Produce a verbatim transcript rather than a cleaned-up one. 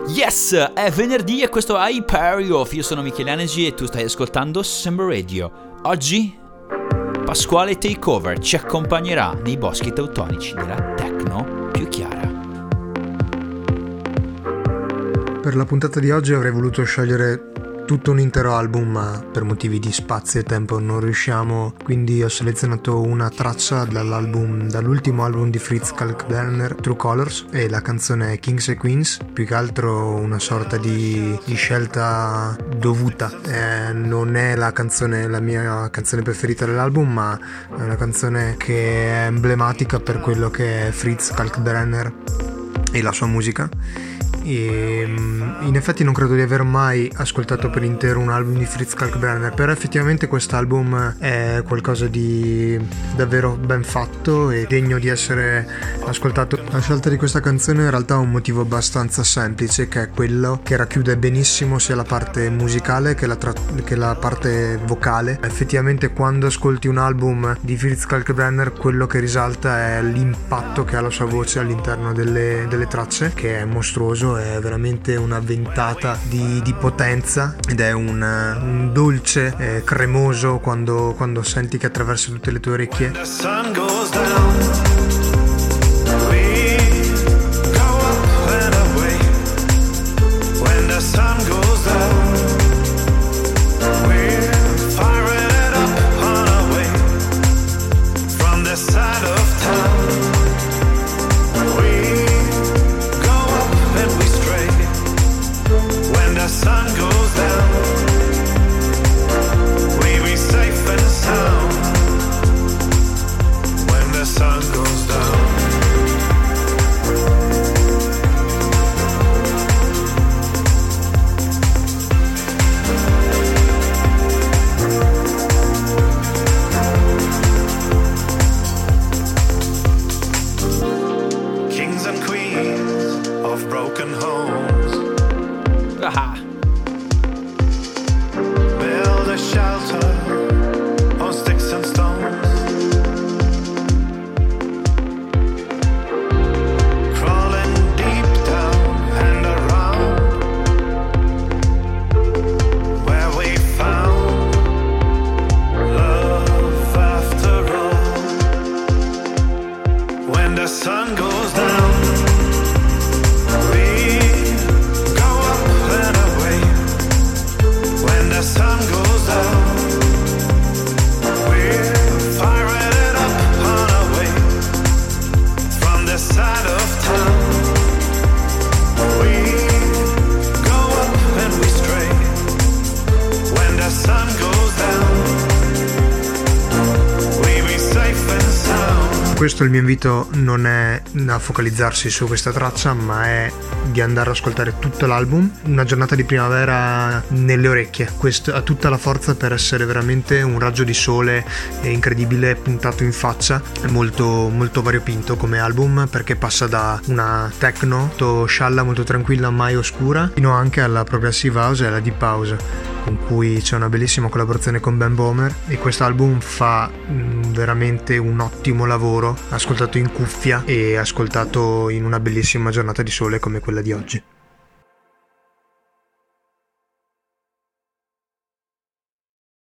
Yes, è venerdì e questo è Hyper. Io sono Michele Anegi e tu stai ascoltando Samba Radio. Oggi Pasquale Takeover ci accompagnerà nei boschi teutonici della techno più chiara. Per la puntata di oggi avrei voluto scegliere tutto un intero album, ma per motivi di spazio e tempo non riusciamo, quindi ho selezionato una traccia dall'album, dall'ultimo album di Fritz Kalkbrenner, True Colors, e la canzone è Kings and Queens, più che altro una sorta di, di scelta dovuta. Eh, non è la canzone, la mia canzone preferita dell'album, ma è una canzone che è emblematica per quello che è Fritz Kalkbrenner e la sua musica. E in effetti non credo di aver mai ascoltato per intero un album di Fritz Kalkbrenner, però effettivamente quest'album è qualcosa di davvero ben fatto e degno di essere ascoltato. La scelta di questa canzone in realtà ha un motivo abbastanza semplice, che è quello che racchiude benissimo sia la parte musicale che la, tra- che la parte vocale. Effettivamente quando ascolti un album di Fritz Kalkbrenner, quello che risalta è l'impatto che ha la sua voce all'interno delle, delle tracce, che è mostruoso. È veramente una ventata di, di potenza ed è un, un dolce eh, cremoso quando, quando senti che attraversa tutte le tue orecchie. Questo il mio invito non è a focalizzarsi su questa traccia, ma è di andare ad ascoltare tutto l'album. Una giornata di primavera nelle orecchie, questo ha tutta la forza per essere veramente un raggio di sole incredibile puntato in faccia. È molto molto variopinto come album, perché passa da una techno molto scialla, molto tranquilla, mai oscura, fino anche alla progressive house e alla deep house, con cui c'è una bellissima collaborazione con Ben Bomer, e questo album fa mh, veramente un ottimo lavoro ascoltato in cuffia e ascoltato in una bellissima giornata di sole come quella di oggi.